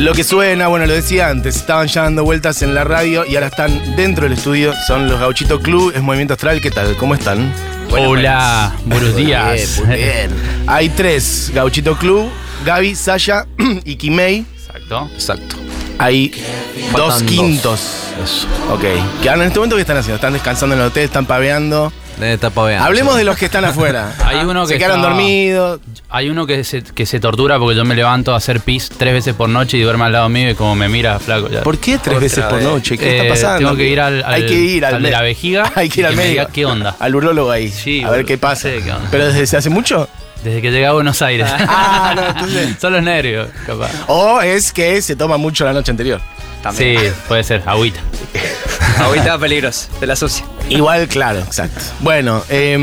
Lo que suena, bueno, lo decía antes, estaban ya dando vueltas en la radio y ahora están dentro del estudio. Son los Gauchito Club, es Movimiento Astral. ¿Qué tal? ¿Cómo están? Hola, buenos días. Muy bien. Hay 3 Gauchito Club, Gaby, Sasha y Kimei. Exacto. Hay 2 quintos. Eso. Ok. ¿Qué en este momento qué están haciendo? ¿Están descansando en el hotel? ¿Están paveando? Está paveando. Hablemos de los que están afuera. Hay uno se que quedaron dormidos. Hay uno que se tortura porque yo me levanto a hacer pis 3 veces por noche y duerme al lado mío y como me mira, flaco. Ya. ¿Por qué 3 veces por noche? ¿Qué está pasando? Tengo que ir Hay que ir al de la vejiga. Hay que ir al médico. ¿Qué onda? Al urólogo ahí. Sí, a ver qué pasa. No sé qué onda. ¿Pero desde hace mucho? Desde que llegué a Buenos Aires. No, entonces. Son los nervios, capaz. O es que se toma mucho la noche anterior. También. Sí, puede ser, agüita. Agüita peligrosa, de la sucia. Igual, claro, exacto. Bueno,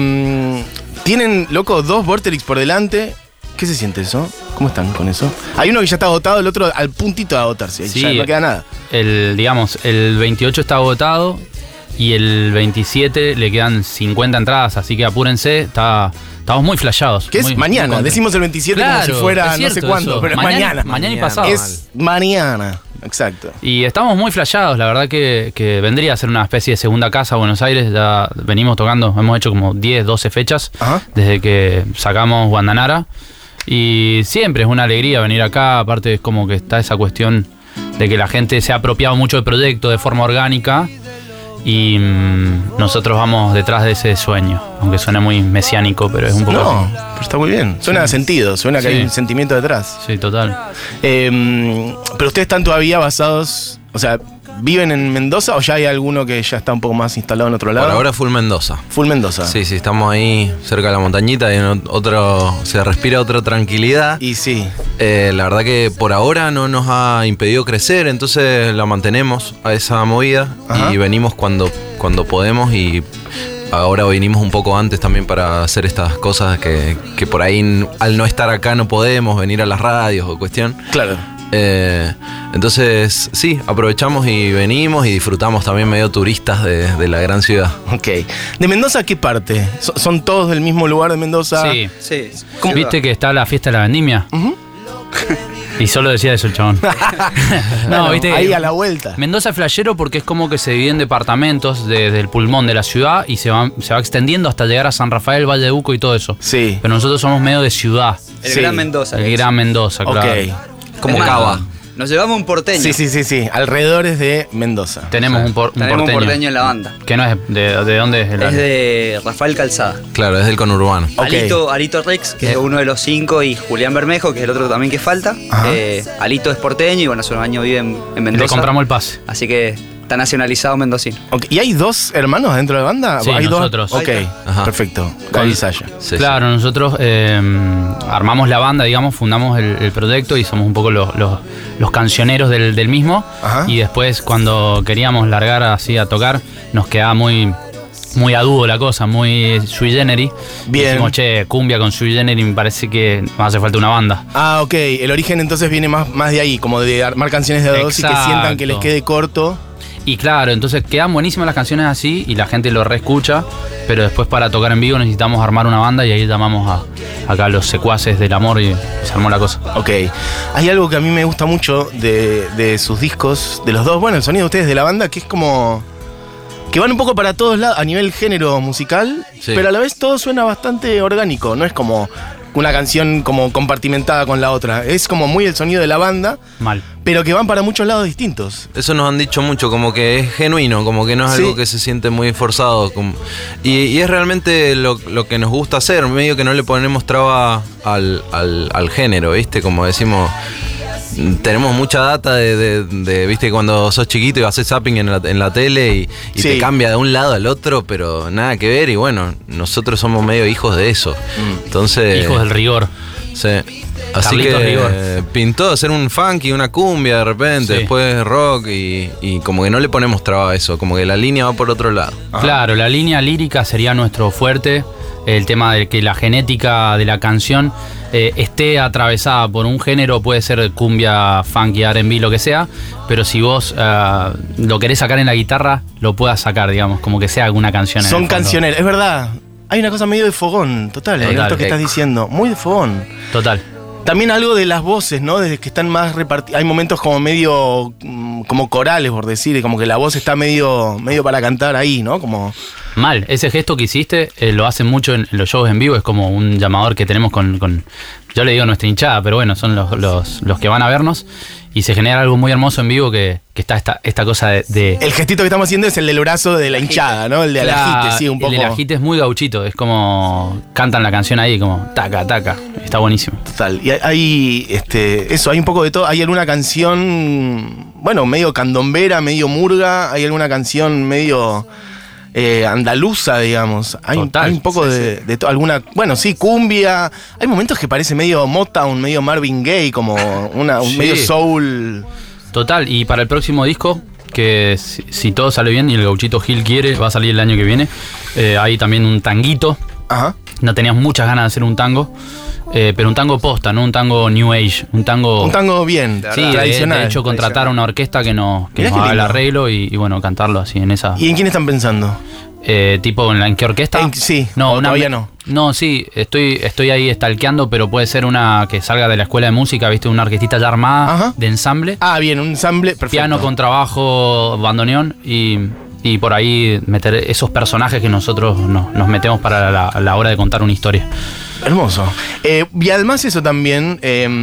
tienen, loco, 2 Vorterix por delante. ¿Qué se siente eso? ¿Cómo están con eso? Hay uno que ya está agotado, el otro al puntito de agotarse. Sí, ya no queda nada. El 28 está agotado y el 27 le quedan 50 entradas, así que apúrense, estamos muy flasheados. Que es muy, mañana, muy decimos el 27 claro, como si fuera cierto, no sé cuándo, eso. pero es mañana. Mañana y pasado. Es mañana, exacto. Y estamos muy flasheados, la verdad que vendría a ser una especie de segunda casa a Buenos Aires. Ya venimos tocando, hemos hecho como 10, 12 fechas. Ajá. Desde que sacamos Guandanara. Y siempre es una alegría venir acá, aparte es como que está esa cuestión de que la gente se ha apropiado mucho del proyecto de forma orgánica y nosotros vamos detrás de ese sueño, aunque suene muy mesiánico, pero es un poco No, así. pero está muy bien. Suena sentido, suena que Sí. hay un sentimiento detrás. Sí, total. Pero ustedes están todavía basados, o sea, ¿viven en Mendoza o ya hay alguno que ya está un poco más instalado en otro lado? Por ahora full Mendoza. Full Mendoza. Sí, estamos ahí cerca de la montañita y se respira otra tranquilidad. Y sí. La verdad que por ahora no nos ha impedido crecer, entonces la mantenemos a esa movida. Ajá. Y venimos cuando podemos y ahora venimos un poco antes también para hacer estas cosas que por ahí al no estar acá no podemos venir a las radios o cuestión. Claro. Entonces sí, aprovechamos y venimos y disfrutamos también medio turistas de la gran ciudad. Ok. ¿De Mendoza qué parte? ¿Son todos del mismo lugar de Mendoza? Sí. Sí. ¿Viste que está la fiesta de la vendimia? Y solo decía eso el chabón. No, Bueno, viste. ahí a la vuelta. Mendoza es flashero porque es como que se divide en departamentos desde el pulmón de la ciudad y se va extendiendo hasta llegar a San Rafael, Valle de Uco y todo eso. Sí. Pero nosotros somos medio de ciudad. El Sí. Gran Mendoza. El Gran Mendoza, claro. Ok. Como Es más, Cava. Nos llevamos un porteño. Sí. Alrededores de Mendoza. Tenemos un Tenemos porteño. un porteño en la banda. Que no es de dónde es el Es de Rafael Calzada. Claro, es del conurbano. Ok. Alito Rex, que es uno de los 5, y Julián Bermejo, que es el otro también que falta. Ajá. Alito es porteño y bueno, hace unos años vive en Mendoza. Le compramos el pase. Así que está nacionalizado mendocino. Ok. ¿Y hay 2 hermanos dentro de la banda? Sí, ¿Hay nosotros. 2? Ok, Ajá. perfecto. Gaby y Sasha. Sí, Claro, nosotros armamos la banda, digamos, fundamos el proyecto y somos un poco los cancioneros del mismo. Ajá. Y después cuando queríamos largar así a tocar, nos quedaba muy a dúo la cosa, muy sui generis. Bien. Dijimos, che, cumbia con sui generis, me parece que nos hace falta una banda. Ah, ok. El origen entonces viene más de ahí, como de armar canciones de a 2 y que sientan que les quede corto. Y claro, entonces quedan buenísimas las canciones así y la gente lo reescucha, pero después para tocar en vivo necesitamos armar una banda y ahí llamamos acá a los secuaces del amor y se armó la cosa. Ok. Hay algo que a mí me gusta mucho de sus discos, de los dos, bueno, el sonido de ustedes de la banda, que es como que van un poco para todos lados a nivel género musical, Sí. pero a la vez todo suena bastante orgánico, no es como una canción como compartimentada con la otra, es como muy el sonido de la banda, Mal. pero que van para muchos lados distintos. Eso nos han dicho mucho, como que es genuino, como que no es Sí. algo que se siente muy forzado. Y es realmente lo que nos gusta hacer, medio que no le ponemos traba al género, ¿viste? Como decimos, tenemos mucha data de ¿viste? Cuando sos chiquito y haces zapping en la tele y Sí. te cambia de un lado al otro, pero nada que ver. Y bueno, nosotros somos medio hijos de eso. Entonces... Hijos del rigor. Sí. Así Carlitos que Rigor. pintó hacer un funky, una cumbia de repente, Sí. después rock y como que no le ponemos traba a eso, como que la línea va por otro lado. Claro, la línea lírica sería nuestro fuerte. El tema de que la genética de la canción esté atravesada por un género, puede ser cumbia, funky, R&B, lo que sea, pero si vos lo querés sacar en la guitarra, lo puedas sacar, digamos, como que sea alguna canción. Son canciones, es verdad. Hay una cosa medio de fogón, total, Total, esto que estás diciendo. Muy de fogón. Total. También algo de las voces, ¿no? Desde que están más repartidas. Hay momentos como medio. Como corales, por decir. Como que la voz está medio para cantar ahí, ¿no? Como. Mal, ese gesto que hiciste lo hacen mucho en los shows en vivo, es como un llamador que tenemos con yo le digo nuestra hinchada, pero bueno, son los que van a vernos y se genera algo muy hermoso en vivo que está esta cosa de... El gestito que estamos haciendo es el del brazo de la hinchada, ¿no? El de Alajite, sí, un poco. El de Alajite es muy gauchito, es como cantan la canción ahí, como taca, taca, está buenísimo. Total, y hay hay un poco de todo. Hay alguna canción, bueno, medio candombera, medio murga, hay alguna canción medio... andaluza, digamos. Hay un poco de todo. Alguna, bueno, sí, cumbia. Hay momentos que parece medio Motown, medio Marvin Gaye, como un medio soul. Total, y para el próximo disco, que si todo sale bien y el Gauchito Gil quiere, va a salir el año que viene. Hay también un tanguito. Ajá. No teníamos muchas ganas de hacer un tango. Pero un tango posta, no un tango New Age. Un tango bien, sí, tradicional. De hecho, contratar a una orquesta que nos haga el arreglo y bueno, cantarlo así en esa. ¿Y en quién están pensando? ¿Tipo en qué orquesta? Sí, no, todavía no. No, sí, estoy ahí stalkeando, pero puede ser una que salga de la escuela de música, ¿viste? Una orquestita ya armada. Ajá. De ensamble. Ah, bien, un ensamble, perfecto. Piano, contrabajo, bandoneón y por ahí meter esos personajes que nosotros nos metemos para la hora de contar una historia. Hermoso. Y además eso también,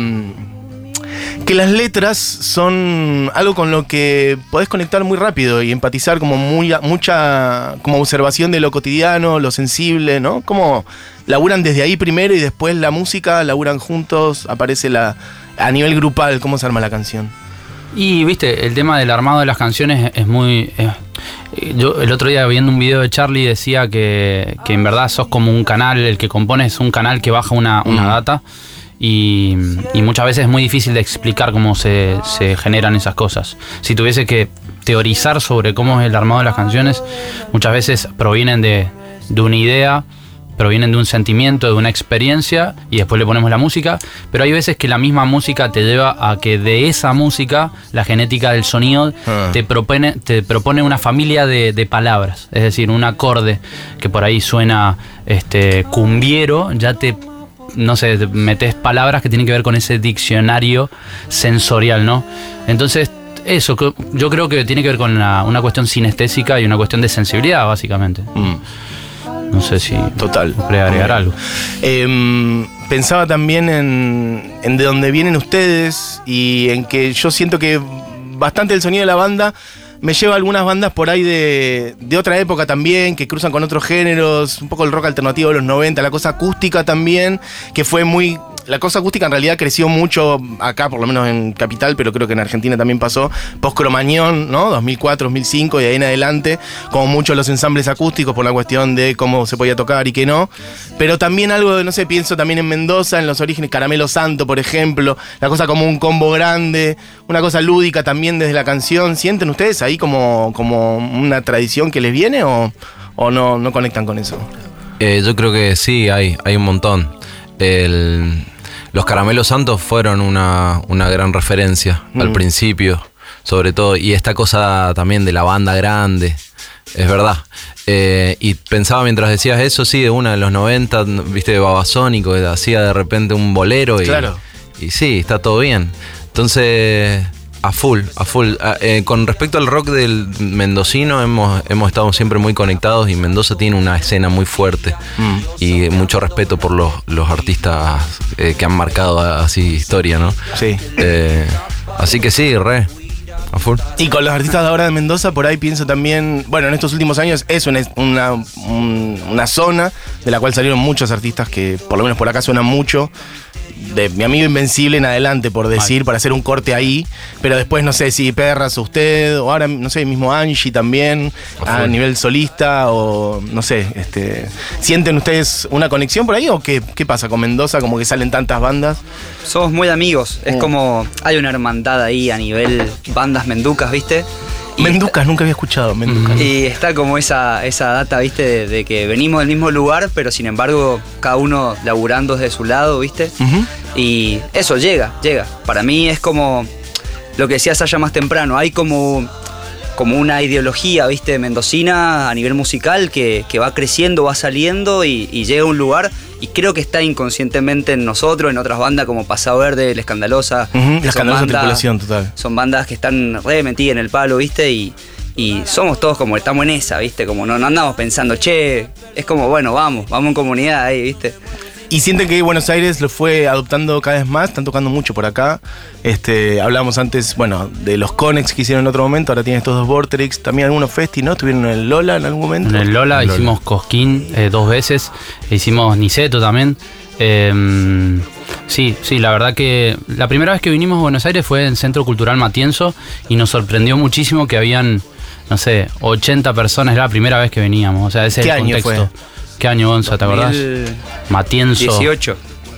que las letras son algo con lo que podés conectar muy rápido y empatizar como mucha como observación de lo cotidiano, lo sensible, ¿no? Como laburan desde ahí primero y después la música, laburan juntos, aparece a nivel grupal, ¿cómo se arma la canción? Y viste, el tema del armado de las canciones es muy... yo el otro día viendo un video de Charlie decía que en verdad sos como un canal, el que compone es un canal que baja una data y muchas veces es muy difícil de explicar cómo se generan esas cosas. Si tuviese que teorizar sobre cómo es el armado de las canciones, muchas veces provienen de una idea, provienen de un sentimiento, de una experiencia y después le ponemos la música, pero hay veces que la misma música te lleva a que de esa música, la genética del sonido, te propone una familia de palabras, es decir, un acorde que por ahí suena cumbiero, ya no sé, metes palabras que tienen que ver con ese diccionario sensorial, ¿no? Entonces, eso, yo creo que tiene que ver con una cuestión sinestésica y una cuestión de sensibilidad, básicamente. No sé si total puede agregar algo. Pensaba también en de dónde vienen ustedes y en que yo siento que bastante el sonido de la banda me lleva a algunas bandas por ahí de otra época también, que cruzan con otros géneros, un poco el rock alternativo de los 90, la cosa acústica también, que fue muy... La cosa acústica en realidad creció mucho acá, por lo menos en Capital, pero creo que en Argentina también pasó. Post-Cromañón, ¿no? 2004, 2005 y de ahí en adelante, como muchos los ensambles acústicos por la cuestión de cómo se podía tocar y qué no. Pero también algo de, no sé, pienso también en Mendoza, en los orígenes, Caramelo Santo, por ejemplo. La cosa como un combo grande, una cosa lúdica también desde la canción. ¿Sienten ustedes ahí como una tradición que les viene o no conectan con eso? Yo creo que sí, hay un montón. Los Caramelos Santos fueron una gran referencia al principio, sobre todo, y esta cosa también de la banda grande, es verdad. Y pensaba mientras decías eso, sí, de una de los 90, viste, de Babasónico, que hacía de repente un bolero claro. Y sí, está todo bien. Entonces, a full. Con respecto al rock del mendocino, hemos estado siempre muy conectados y Mendoza tiene una escena muy fuerte y mucho respeto por los artistas que han marcado así historia, ¿no? Sí. Así que sí, a full. Y con los artistas de ahora de Mendoza, por ahí pienso también, bueno, en estos últimos años es una zona de la cual salieron muchos artistas que por lo menos por acá suenan mucho. De Mi Amigo Invencible en adelante, por decir, para hacer un corte ahí. Pero después, no sé si Perras o usted, o ahora, no sé, mismo Angie también, a nivel solista, o no sé, ¿sienten ustedes una conexión por ahí o qué pasa con Mendoza? Como que salen tantas bandas. Somos muy amigos, es como, hay una hermandad ahí a nivel bandas menducas, ¿viste? Menducas, nunca había escuchado Menducas. Y está como esa data, ¿viste? De que venimos del mismo lugar, pero sin embargo, cada uno laburando desde su lado, ¿viste? Y eso llega. Para mí es como lo que decía Saya más temprano. Hay como como una ideología, ¿viste? Mendocina a nivel musical que va creciendo, va saliendo y llega a un lugar, y creo que está inconscientemente en nosotros, en otras bandas como Pasado Verde, La Escandalosa. La Escandalosa Tripulación, total. Son bandas que están re metidas en el palo, ¿viste? Y somos todos como, estamos en esa, ¿viste? Como no andamos pensando, che, es como, bueno, vamos en comunidad ahí, ¿viste? Y sienten que Buenos Aires lo fue adoptando cada vez más, están tocando mucho por acá. Hablábamos antes, bueno, de los Conex que hicieron en otro momento, ahora tienen estos dos Vortex, también algunos festi, ¿no? ¿Estuvieron en el Lola en algún momento? En el Lola hicimos Cosquín 2 veces, hicimos Niceto también. Sí, la verdad que la primera vez que vinimos a Buenos Aires fue en Centro Cultural Matienzo y nos sorprendió muchísimo que habían, no sé, 80 personas, era la primera vez que veníamos, o sea, ese es el contexto. ¿Qué año ¿Qué año, Gonza, te acordás? Matienzo. 18.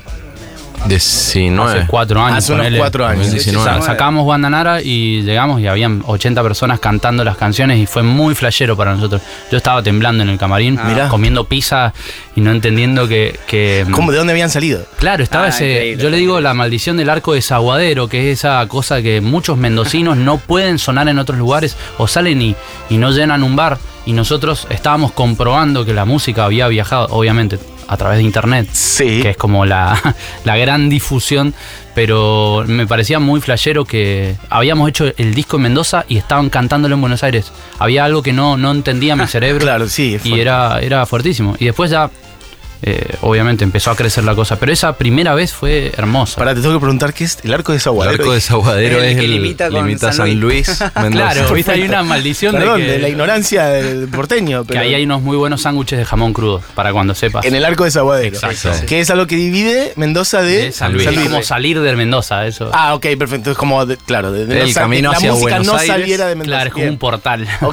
19. Hace 4 años. Hace unos 4 años. 19. Sacamos Guandanara y llegamos y habían 80 personas cantando las canciones y fue muy flashero para nosotros. Yo estaba temblando en el camarín, comiendo pizza y no entendiendo que ¿Cómo? ¿De dónde habían salido? Claro, estaba increíble. Yo le digo la maldición del arco desaguadero, que es esa cosa que muchos mendocinos no pueden sonar en otros lugares o salen y no llenan un bar. Y nosotros estábamos comprobando que la música había viajado, obviamente, a través de internet, Sí. que es como la gran difusión, pero me parecía muy flashero que habíamos hecho el disco en Mendoza y estaban cantándolo en Buenos Aires. Había algo que no entendía mi cerebro. Claro, sí. Y era fuertísimo. Y después ya, obviamente, empezó a crecer la cosa. Pero esa primera vez fue hermosa. Pará, te tengo que preguntar qué es el arco desaguadero. El arco desaguadero El es que el limita con limita San San Luis, Mendoza. Claro, viste, hay una maldición Perdón, de que de la ignorancia del porteño. que Pero ahí hay unos muy buenos sándwiches de jamón crudo, para cuando sepas. en el arco desaguadero. Exacto. Que es algo que divide Mendoza de San Luis. Es como salir de Mendoza, eso. Ah, ok, perfecto. Es como, claro, de El camino la hacia música Buenos no Aires. saliera de Mendoza. Claro, es como un portal. Ok.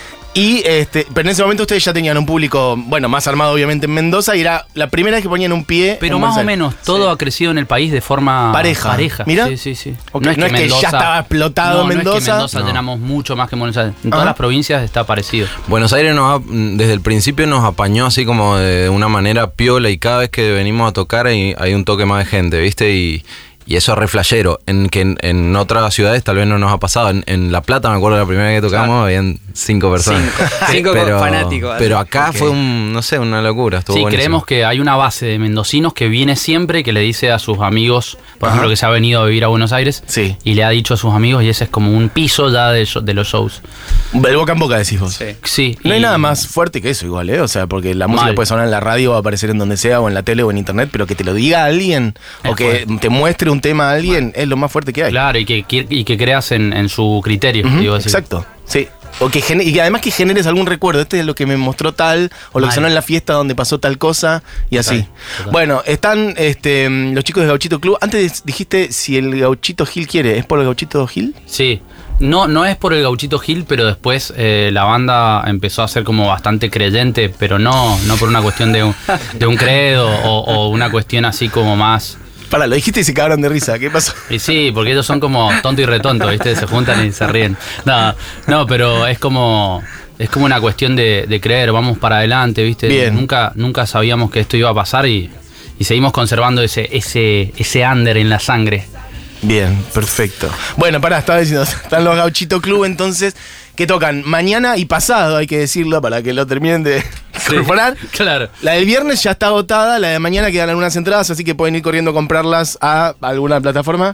Y pero en ese momento ustedes ya tenían un público, bueno, más armado obviamente en Mendoza, y era la primera vez que ponían un pie. Pero en más Buenos o Aires. menos, todo ha crecido en el país de forma Pareja. Mira. Sí. Ok, no es que ya estaba explotado no, Mendoza. No es que Mendoza llenamos mucho más que Buenos Aires. En todas las provincias está parecido. Buenos Aires desde el principio nos apañó así como de una manera piola, y cada vez que venimos a tocar hay un toque más de gente, ¿viste? Y eso es re flashero, en otras ciudades tal vez no nos ha pasado. En La Plata, me acuerdo la primera vez que tocamos, habían 5 personas. 5 fanáticos. Pero acá fue una locura. Estuvo buenísimo. Creemos que hay una base de mendocinos que viene siempre, que le dice a sus amigos, por ejemplo, que se ha venido a vivir a Buenos Aires, Sí. y le ha dicho a sus amigos, y ese es como un piso ya de los shows. El boca en boca decís vos. Sí. Sí. No y- hay nada más fuerte que eso igual, ¿eh? O sea, porque la música Mal. puede sonar en la radio, va a aparecer en donde sea, o en la tele, o en internet, pero que te lo diga alguien, Es o que fuerte. te muestre un tema a alguien, es lo más fuerte que hay. Claro, y que creas en su criterio. Ujú, digo así. exacto, sí. O que y que además que generes algún recuerdo. Este es lo que me mostró tal, o lo que Mal. sonó en la fiesta donde pasó tal cosa, y así. Total. Bueno, están los chicos de Gauchito Club. Antes dijiste si el Gauchito Gil quiere, ¿es por el Gauchito Gil? Sí. No es por el Gauchito Gil, pero después la banda empezó a ser como bastante creyente, pero no por una cuestión de un credo o una cuestión así como más. Pará, lo dijiste y se cagaron de risa. ¿Qué pasó? Y sí, porque ellos son como tonto y retonto, ¿viste? Se juntan y se ríen. No, pero es como una cuestión de creer, vamos para adelante, ¿viste? Bien. Nunca sabíamos que esto iba a pasar y seguimos conservando ese under en la sangre. Bien, perfecto. Bueno, pará, estaba diciendo, están los Gauchito Club entonces, que tocan mañana y pasado, hay que decirlo para que lo terminen de incorporar. Claro. La del viernes ya está agotada, la de mañana quedan algunas entradas, así que pueden ir corriendo a comprarlas a alguna plataforma.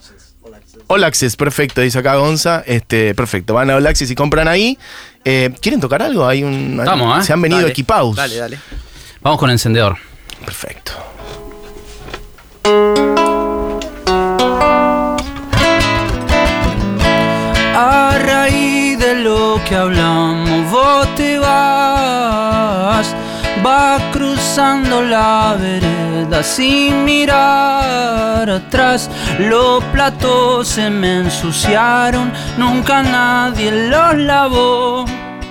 All Access, perfecto, dice acá Gonza. Perfecto, van a All Access y compran ahí. ¿Quieren tocar algo? Vamos, ¿eh? Se han venido Dale, equipados. Dale. Vamos con Encendedor. Perfecto. A raíz de lo que hablamos, vos te vas cruzando la vereda sin mirar atrás. Los platos se me ensuciaron, nunca nadie los lavó.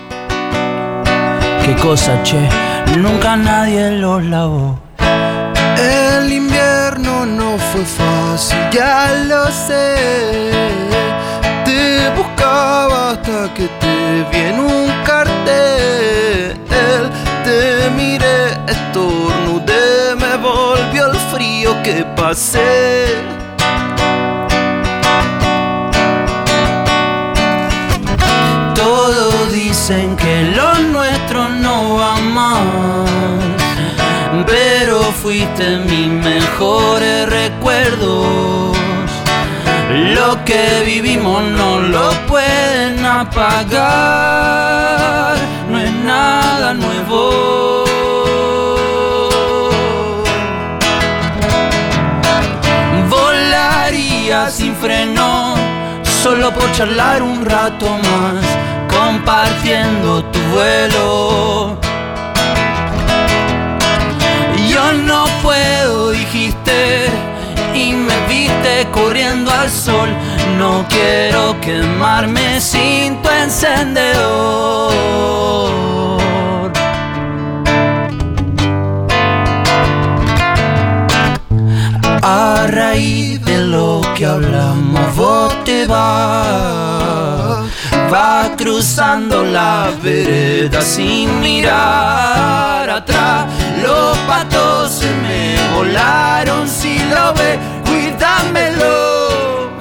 Qué cosa, che, nunca nadie los lavó. El invierno no fue fácil, ya lo sé. Te buscaba hasta que te vi en un cartel. Te miré, estornudé, me volvió el frío que pasé. Todo más. Pero fuiste mis mejores recuerdos. Lo que vivimos no lo pueden apagar. No es nada nuevo. Volaría sin freno, solo por charlar un rato más, compartiendo tu vuelo. Yo no puedo, dijiste, y me viste corriendo al sol. No quiero quemarme sin tu encendedor. A raíz de lo que hablamos, vos te vas cruzando la vereda sin mirar atrás. Los patos se me volaron, si lo ves, cuídamelo.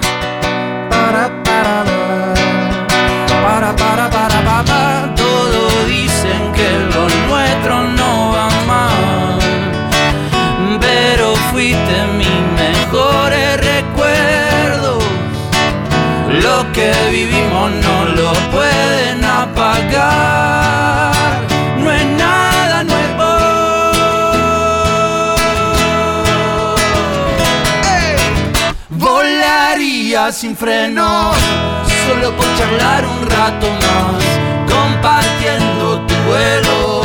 Para. Todos dicen que lo nuestro no va mal, pero fuiste mis mejores recuerdos. Lo que vivimos no lo pueden apagar. No es nada nuevo. Volaría sin freno, solo por charlar un rato más, compartiendo tu vuelo.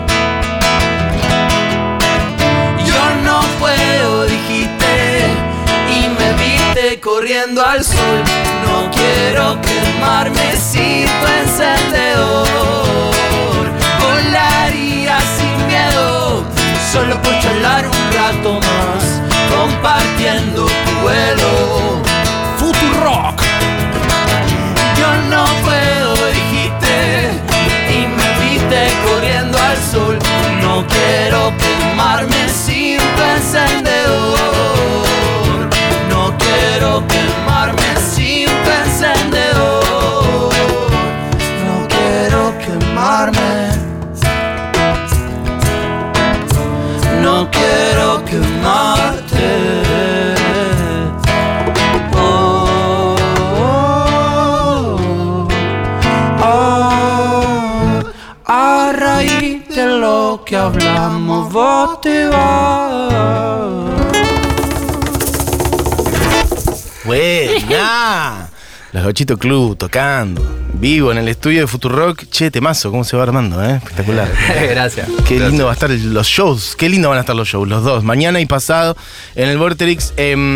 Yo no puedo, dijiste, y me viste corriendo al sol. No quiero quemarme sin tu encendedor. Volaría sin miedo, solo por charlar un rato más, compartiendo tu vuelo. Futurock. Yo no puedo, dijiste, y me viste corriendo al sol. No quiero quemarme sin tu encendedor. No quiero quemarme sin tu encendedor. No quiero quemarme. No quiero quemarte. A raíz de lo que hablamos, vos te vas. Buena. Los Gauchito Club tocando. Vivo en el estudio de Futurock. Che, temazo, cómo se va armando, espectacular. Gracias. Qué lindo va a estar los shows. Qué lindo van a estar los shows, los dos. Mañana y pasado en el Vorterix.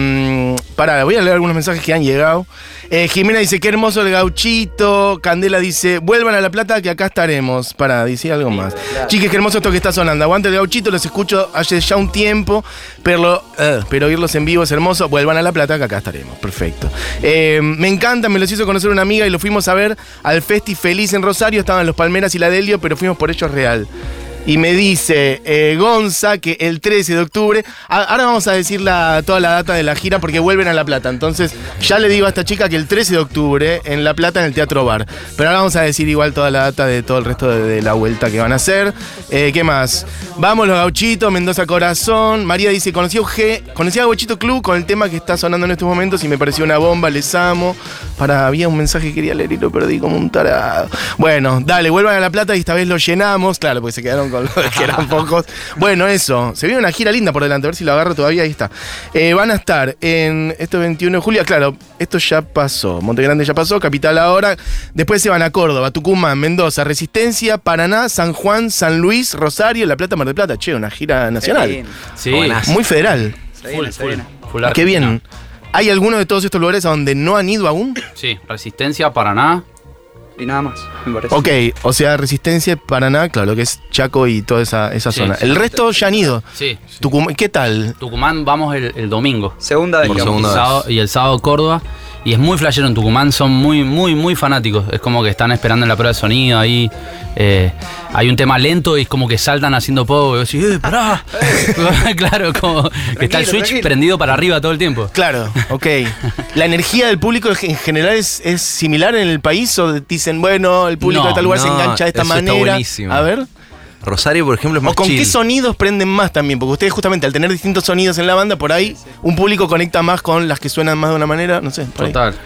Pará, voy a leer algunos mensajes que han llegado. Jimena dice, qué hermoso el gauchito. Candela dice, vuelvan a La Plata que acá estaremos. Pará, dice algo más. Claro. Chiques, qué hermoso esto que está sonando. Aguante el gauchito, los escucho hace ya un tiempo. Pero oírlos en vivo es hermoso. Vuelvan a La Plata que acá estaremos. Perfecto. Me encanta, me los hizo conocer una amiga y lo fuimos a ver al Festi Feliz en Rosario. Estaban los Palmeras y la Delio, pero fuimos por Ellos Real. Y me dice Gonza que el 13 de octubre, ahora vamos a decir toda la data de la gira porque vuelven a La Plata. Entonces ya le digo a esta chica que el 13 de octubre en La Plata en el Teatro Bar. Pero ahora vamos a decir igual toda la data de todo el resto de la vuelta que van a hacer. ¿Qué más? Vamos los Gauchitos, Mendoza Corazón. María dice, conocí a Gauchito Club con el tema que está sonando en estos momentos y me pareció una bomba, les amo. Había un mensaje que quería leer y lo perdí como un tarado. Bueno, dale, vuelvan a La Plata y esta vez lo llenamos. Claro, porque se quedaron con los que eran pocos. Bueno, eso. Se viene una gira linda por delante. A ver si lo agarro todavía. Ahí está. Van a estar en este 21 de julio. Claro, esto ya pasó. Montegrande ya pasó. Capital ahora. Después se van a Córdoba, Tucumán, Mendoza, Resistencia, Paraná, San Juan, San Luis, Rosario, La Plata, Mar del Plata. Che, una gira nacional. Sí. Muy federal. Full Qué bien. ¿Hay alguno de todos estos lugares a donde no han ido aún? Sí, Resistencia, Paraná. Y nada más, me parece. Ok, o sea, Resistencia, Paraná, claro, lo que es Chaco y toda esa zona. Sí. El resto ya han ido. Sí. Tucumán, ¿qué tal? Tucumán vamos el domingo. Segunda vez. Por segunda vez. Y el sábado Córdoba. Y es muy flashero en Tucumán, son muy, muy, muy fanáticos. Es como que están esperando en la prueba de sonido ahí. Hay un tema lento y es como que saltan haciendo poco. Y decís, pará. Claro, como que está el switch prendido para arriba todo el tiempo. Claro, ok. ¿La energía del público en general es similar en el país? ¿O dicen, bueno, el público de tal lugar se engancha de esta manera? Está buenísimo. A ver. Rosario, por ejemplo, es más ¿O con chill. qué sonidos prenden más también? Porque ustedes justamente al tener distintos sonidos en la banda, por ahí un público conecta más con las que suenan más de una manera, no sé. Por ahí. Total.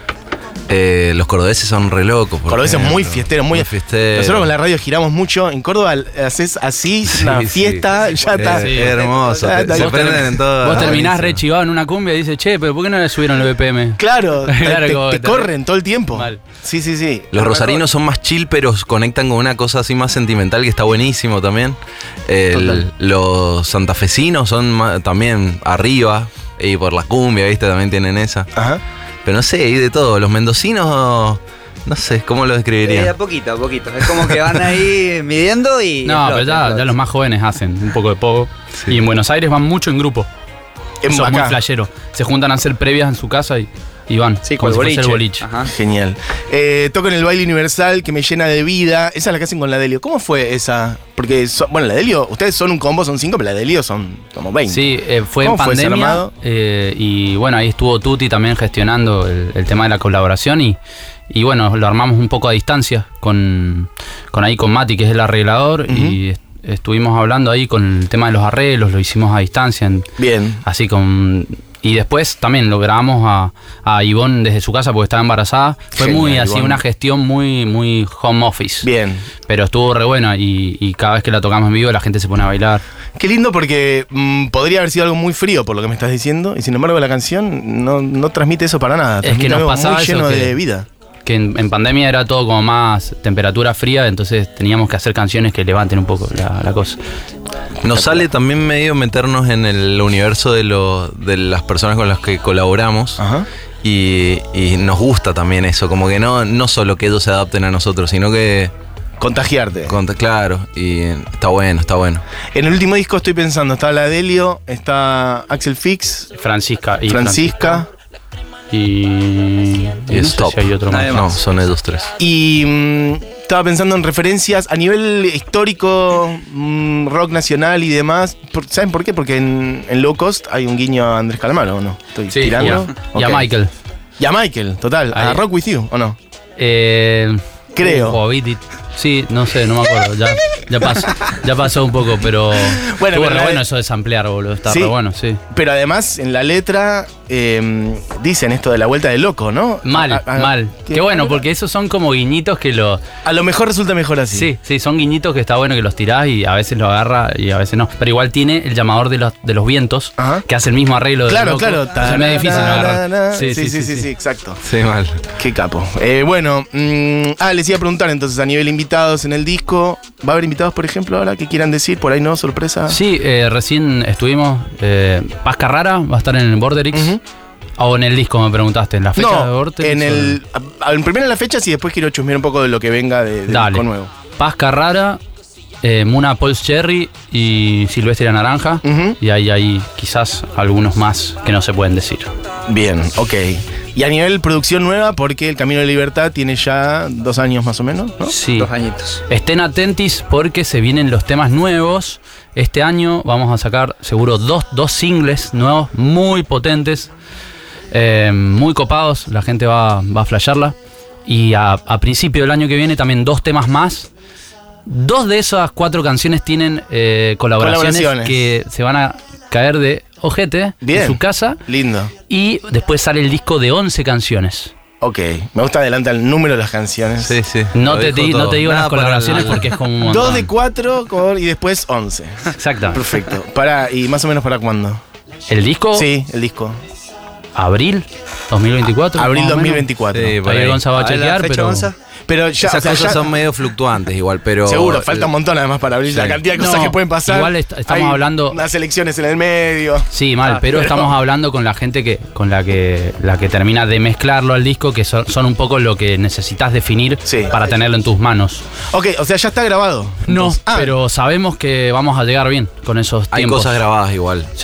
Los cordobeses son re locos. por Cordobeses ejemplo. muy fiesteros, muy fiesteros. Nosotros con la radio giramos mucho. En Córdoba haces así una Sí, fiesta, sí. ya está. Sí. Hermoso. Ya Se está. prenden en todo. Vos terminás buenísimo. re chivado en una cumbia y dices, che, pero ¿por qué no le subieron el BPM? Claro, Claro, como te te- corren todo el tiempo. Mal. Sí, sí, sí. Los rosarinos son más chill, pero conectan con una cosa así más sentimental que está buenísimo también. Total. Los santafesinos son también arriba. Y por la cumbia, ¿viste? También tienen esa. Ajá. Pero no sé, hay de todo. Los mendocinos, no sé, ¿cómo lo De describiría? a poquito, a poquito. Es como que van ahí midiendo y. No, pero explota. ya los más jóvenes hacen un poco de poco. Y en Buenos Aires van mucho en grupo. Eso es muy acá. flashero. Se juntan a hacer previas en su casa y van. Sí, como con si el fuese boliche. el boliche. Ajá. Genial. Toco en el baile universal que me llena de vida. Esa es la que hacen con la Delio. ¿Cómo fue esa? Porque, bueno, la Delio, ustedes son un combo, son 5, pero la Delio son como 20. Sí, fue en ¿Cómo fue ese pandemia. armado? Y bueno, ahí estuvo Tuti también gestionando el tema de la colaboración y bueno, lo armamos un poco a distancia con Mati, que es el arreglador, y estuvimos hablando ahí con el tema de los arreglos, lo hicimos a distancia. Bien. Así y después también lo grabamos a Ivonne desde su casa porque estaba embarazada. Fue Genial, muy así, Ivonne. una gestión muy home office. Bien. Pero estuvo re buena y cada vez que la tocamos en vivo la gente se pone a bailar. Qué lindo porque podría haber sido algo muy frío por lo que me estás diciendo. Y sin embargo la canción no transmite eso para nada. Es que Transmite nos algo pasaba muy eso lleno que- de vida. Que en pandemia era todo como más temperatura fría, entonces teníamos que hacer canciones que levanten un poco la cosa. Nos sale también medio meternos en el universo de las personas con las que colaboramos. Ajá. Y nos gusta también eso, como que no solo que ellos se adapten a nosotros, sino que, Contagiarte. claro, y está bueno, está bueno. En el último disco estoy pensando, está la Delio, está Axel Fix, Francisca Francisca. Y no sé Stop. si hay otro más. Nadie No, más. son ellos tres. Y estaba pensando en referencias a nivel histórico, rock nacional y demás. ¿Saben por qué? Porque en Low Cost hay un guiño a Andrés Calamaro, ¿o no? Estoy Sí, tirando. y a Ok. Michael. Y a Michael, total. A Ahí. Rock With You, ¿o no? Creo. Creo. Sí, no sé, no me acuerdo. Ya pasó un poco, pero Bueno, estuvo pero re la- bueno eso de samplear, boludo. Está Sí. re bueno, sí. Pero además, en la letra dicen esto de la vuelta de loco, ¿no? Mal. Qué bueno, porque esos son como guiñitos que A lo mejor resulta mejor así. Sí, son guiñitos que está bueno que los tirás y a veces lo agarra y a veces no. Pero igual tiene el llamador de los vientos, Ajá. que hace el mismo arreglo de Claro, Loco. claro. Entonces es medio difícil de agarrar. Sí, exacto. Sí, mal. Qué capo. Bueno, les iba a preguntar entonces a nivel invitados en el disco. ¿Va a haber invitados, por ejemplo, ahora que quieran decir? Por ahí no, sorpresa. Sí, recién estuvimos. Paz Carrara va a estar en el Borderix. Ujú. O en el disco, me preguntaste. ¿En la fecha de No, Borderix? primero en las fechas y después quiero chusmear un poco de lo que venga del Dale. disco nuevo. Paz Carrara, Muna Paul's Cherry y Silvestre la Naranja. Ujú. Y ahí hay quizás algunos más que no se pueden decir. Bien, ok. Y a nivel producción nueva, porque El Camino de Libertad tiene ya 2 años más o menos, ¿no? Sí. 2 añitos. Estén atentis porque se vienen los temas nuevos. Este año vamos a sacar seguro dos singles nuevos muy potentes, muy copados. La gente va a flashearla. Y a principio del año que viene también 2 temas más. 2 de esas 4 canciones tienen colaboraciones que se van a caer de ojete Bien. en su casa. Lindo. Y después sale el disco de 11 canciones. Ok. Me gusta adelantar el número de las canciones. Sí, sí. No lo te dijo no todo. te digo Nada las para colaboraciones el- porque es como un 2 montón. de 4 y después 11. Exactamente. Perfecto. ¿Y más o menos para cuándo? El disco, Sí, el disco. abril 2024. Abril más o menos. 2024. Sí, por Ahí ahí. Gonza va a A ver, la chequear, fecha, pero. Gonza. Pero ya, Esas o sea, cosas ya- son medio fluctuantes igual, pero... seguro, falta un montón además para abrir la Sí. cantidad de cosas No, que pueden pasar. igual estamos Hay hablando- unas elecciones en el medio. Sí, mal, pero estamos hablando con la gente con la que termina de mezclarlo al disco, que son un poco lo que necesitas definir Sí. para tenerlo en tus manos. Ok, o sea, ya está grabado. No, Entonces- pero sabemos que vamos a llegar bien con esos Hay tiempos. cosas grabadas igual. Sí.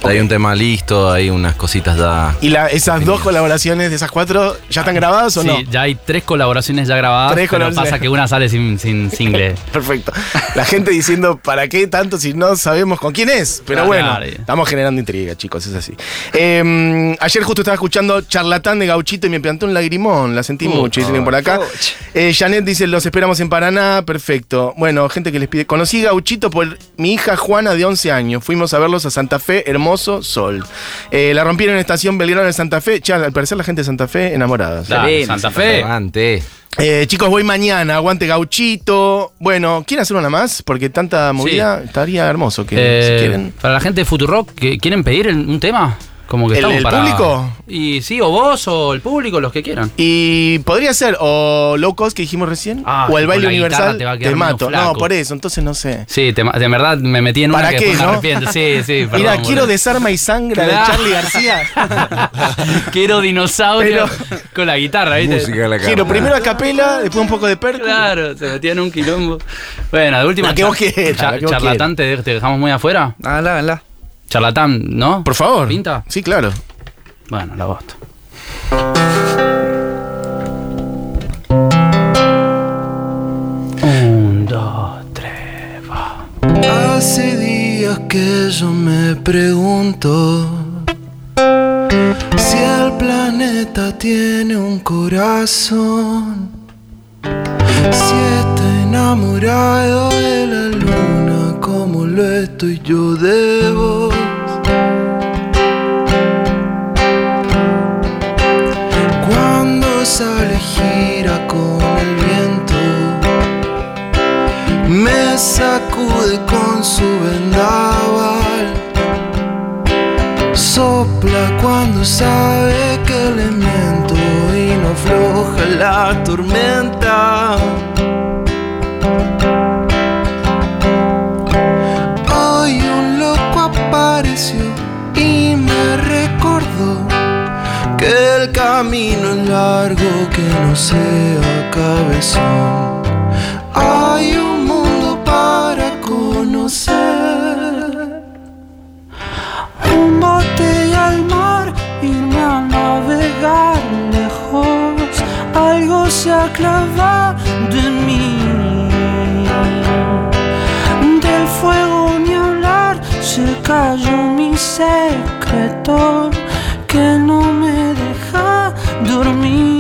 Hay un tema listo, hay unas cositas ya. ¿Y esas 2 colaboraciones de esas 4 ya están grabadas o Sí, no? ya hay 3 colaboraciones ya grabadas, pero pasa que una sale sin single. Perfecto. La gente diciendo, ¿para qué tanto si no sabemos con quién es? Pero bueno, estamos generando intriga, chicos, es así. Ayer justo estaba escuchando Charlatán de Gauchito y me plantó un lagrimón, la sentí mucho, dicen por acá. Janet dice, los esperamos en Paraná, perfecto. Bueno, gente que les pide. Conocí Gauchito por mi hija Juana de 11 años. Fuimos a verlos a Santa Fe, hermoso sol. La rompieron en Estación Belgrano de Santa Fe. Che, al parecer la gente de Santa Fe enamoradas. Dale, Santa Fe. Aguante. Chicos, voy mañana, aguante Gauchito. Bueno, ¿quieren hacer una más? Porque tanta movida estaría hermoso que si quieren. Para la gente de Futurock, ¿quieren pedir un tema? Como que estamos ¿El para... público? Y sí, o vos, o el público, los que quieran. Y podría ser o Low Cost que dijimos recién, o el baile universal, te mato. No, por eso, entonces no sé. Sí, de verdad me metí en una que después me arrepiento. Sí, perdón. Mira, quiero Desarma y Sangra de Charly García. Quiero Dinosaurio con la guitarra, ¿viste? Música a la quiero primero a capela, después un poco de perco. Claro, se metían en un quilombo. Bueno, de última, Charlatán, ¿te dejamos muy afuera? Háganla. Charlatán, ¿no? Por favor. ¿Pinta? Sí, claro. Bueno, la bosta. 1, 2, 3, va. Hace días que yo me pregunto si el planeta tiene un corazón, si está enamorado de la luna como lo estoy yo de vos. Cuando sale gira con el viento, me sacude con su vendaval, sopla cuando sabe que le miento y no afloja la tormenta. Hoy un loco apareció y me recordó que el camino es largo, que no sea cabezón. Hay un mundo para conocer, un bote y al mar, irme a navegar lejos. Algo se ha clavado en mí, del fuego ni hablar, se cayó mi secreto que no me deja dormir.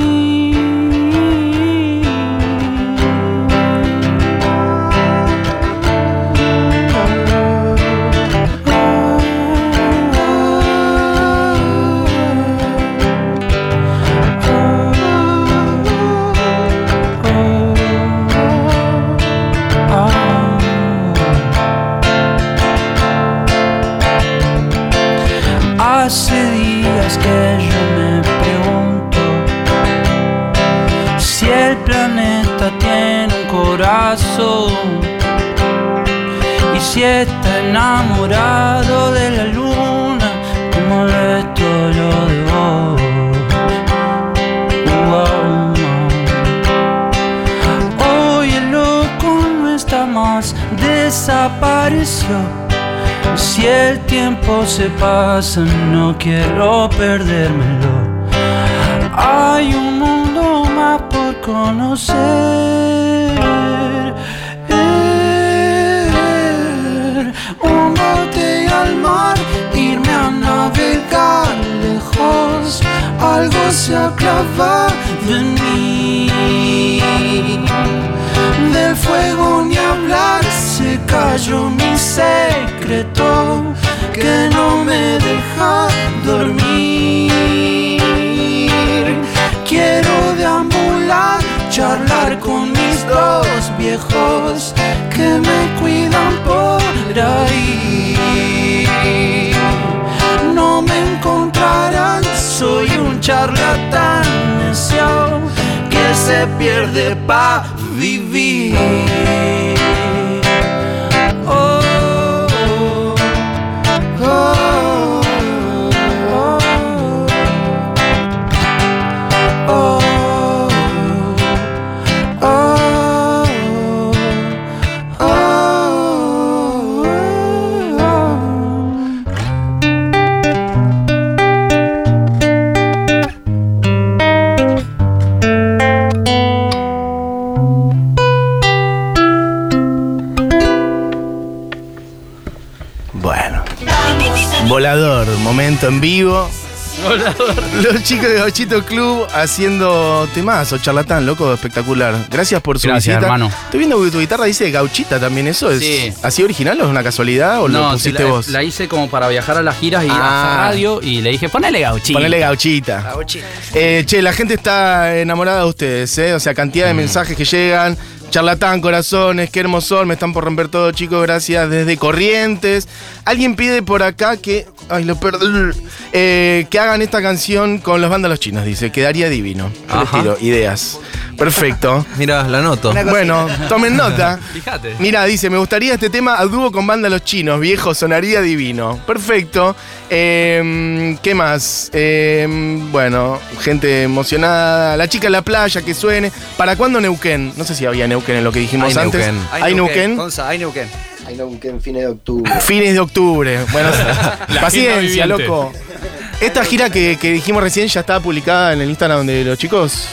Hace días que yo me pregunto si el planeta tiene un corazón y si está enamorado de la luna como lo estoy yo de vos. Hoy el loco no está más, desapareció. Si el tiempo se pasa, no quiero perdérmelo. Hay un mundo más por conocer, un bote al mar, irme a navegar lejos. Algo se ha clavado en mí, del fuego ni hablar, se cayó mi secreto que no me deja dormir. Quiero deambular, charlar con mis 2 viejos que me cuidan por ahí. No me encontrarán, soy un charlatán necio que se pierde pa' vivir. esto en vivo. Los chicos de Gauchito Club haciendo temazo, charlatán, loco, espectacular. Gracias por su Gracias, visita. hermano. Estoy viendo que tu guitarra dice Gauchita también, ¿eso es Sí. así original o es una casualidad o lo pusiste vos? La hice como para viajar a las giras y a hacer radio y le dije, ponele gauchita. Ponele Gauchita. Che, la gente está enamorada de ustedes, ¿eh? O sea, cantidad de mensajes que llegan. Charlatán, corazones, qué hermoso, me están por romper todo, chicos, gracias. Desde Corrientes. Alguien pide por acá que. Ay, lo perdí. Que hagan esta canción con los vándalos chinos, dice. Quedaría divino. Yo les tiro ideas. Perfecto. Mira, la noto. Bueno, tomen nota. Fíjate. Mira, dice, me gustaría este tema a dúo con vándalos chinos, viejo, sonaría divino. Perfecto. ¿Qué más? Bueno, gente emocionada. La chica en la playa, que suene. ¿Para cuándo Neuquén? No sé si había Neuquén en lo que dijimos Hay antes. Neuquén. ¿Hay Neuquén? Gonza, hay Neuquén. Hay Neuquén, fines de octubre. Fines de octubre. Bueno, paciencia, viviente. loco. Esta gira que dijimos recién ya está publicada en el Instagram de los chicos.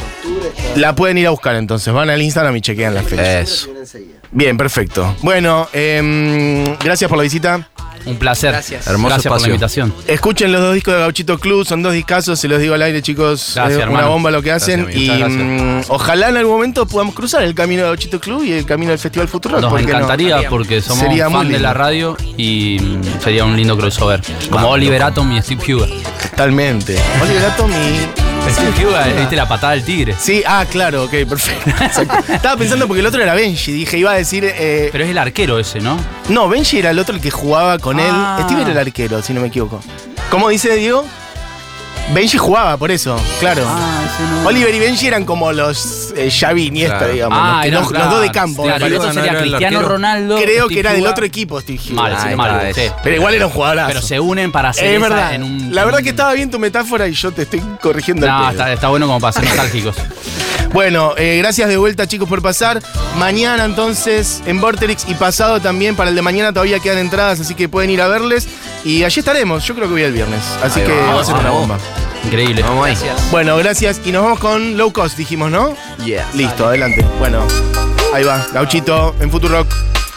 La pueden ir a buscar entonces. Van al Instagram y chequean las fechas. Eso. Bien, perfecto. Bueno, gracias por la visita. Un placer. Gracias. Hermoso Gracias por la espacio. invitación. Escuchen los dos discos de Gauchito Club, son dos discazos, se los digo al aire, chicos. Gracias, Es una hermano. bomba lo que hacen. Gracias, y amigo. Muchas gracias. ojalá en algún momento podamos cruzar el camino de Gauchito Club y el camino del Festival Futuro. Nos encantaría porque somos Sería muy fan de lindo. la radio y sería un lindo crossover. Como Oliver Atom y Steve Huber. Totalmente. Oliver Atom y... Steve Huber, viste la patada del tigre. Sí, claro, ok, perfecto. Exacto. Estaba pensando porque el otro era Benji, dije, iba a decir... Pero es el arquero ese, ¿no? No, Benji era el otro el que jugaba con él. Steve era el arquero, si no me equivoco. ¿Cómo dice Diego? Benji jugaba, por eso, claro. ese no. Oliver y Benji eran como los Xavi y Iniesta, Claro. digamos. los, que eran, los dos de campo. Claro, me el parece. otro sería ¿No era el Cristiano arquero? Ronaldo. Creo Steve que era del Huber. otro equipo, Steve Huber. Mal, si no mal, me equivoco. sí. Pero igual era un jugadorazo. Pero se unen para hacer Es esa verdad. en un... La verdad que estaba bien tu metáfora y yo te estoy corrigiendo el No, pedo. está bueno como para ser nostálgicos. Bueno, gracias de vuelta, chicos, por pasar. Mañana, entonces, en Vorterix y pasado también. Para el de mañana todavía quedan entradas, así que pueden ir a verles. Y allí estaremos. Yo creo que voy el viernes. Así Ahí que va, va a ser una vamos. bomba. Increíble. Vamos ahí. Bueno, gracias. Y nos vamos con Low Cost, dijimos, ¿no? Yeah. Listo, adelante. Bueno, ahí va. Gauchito en Futurock.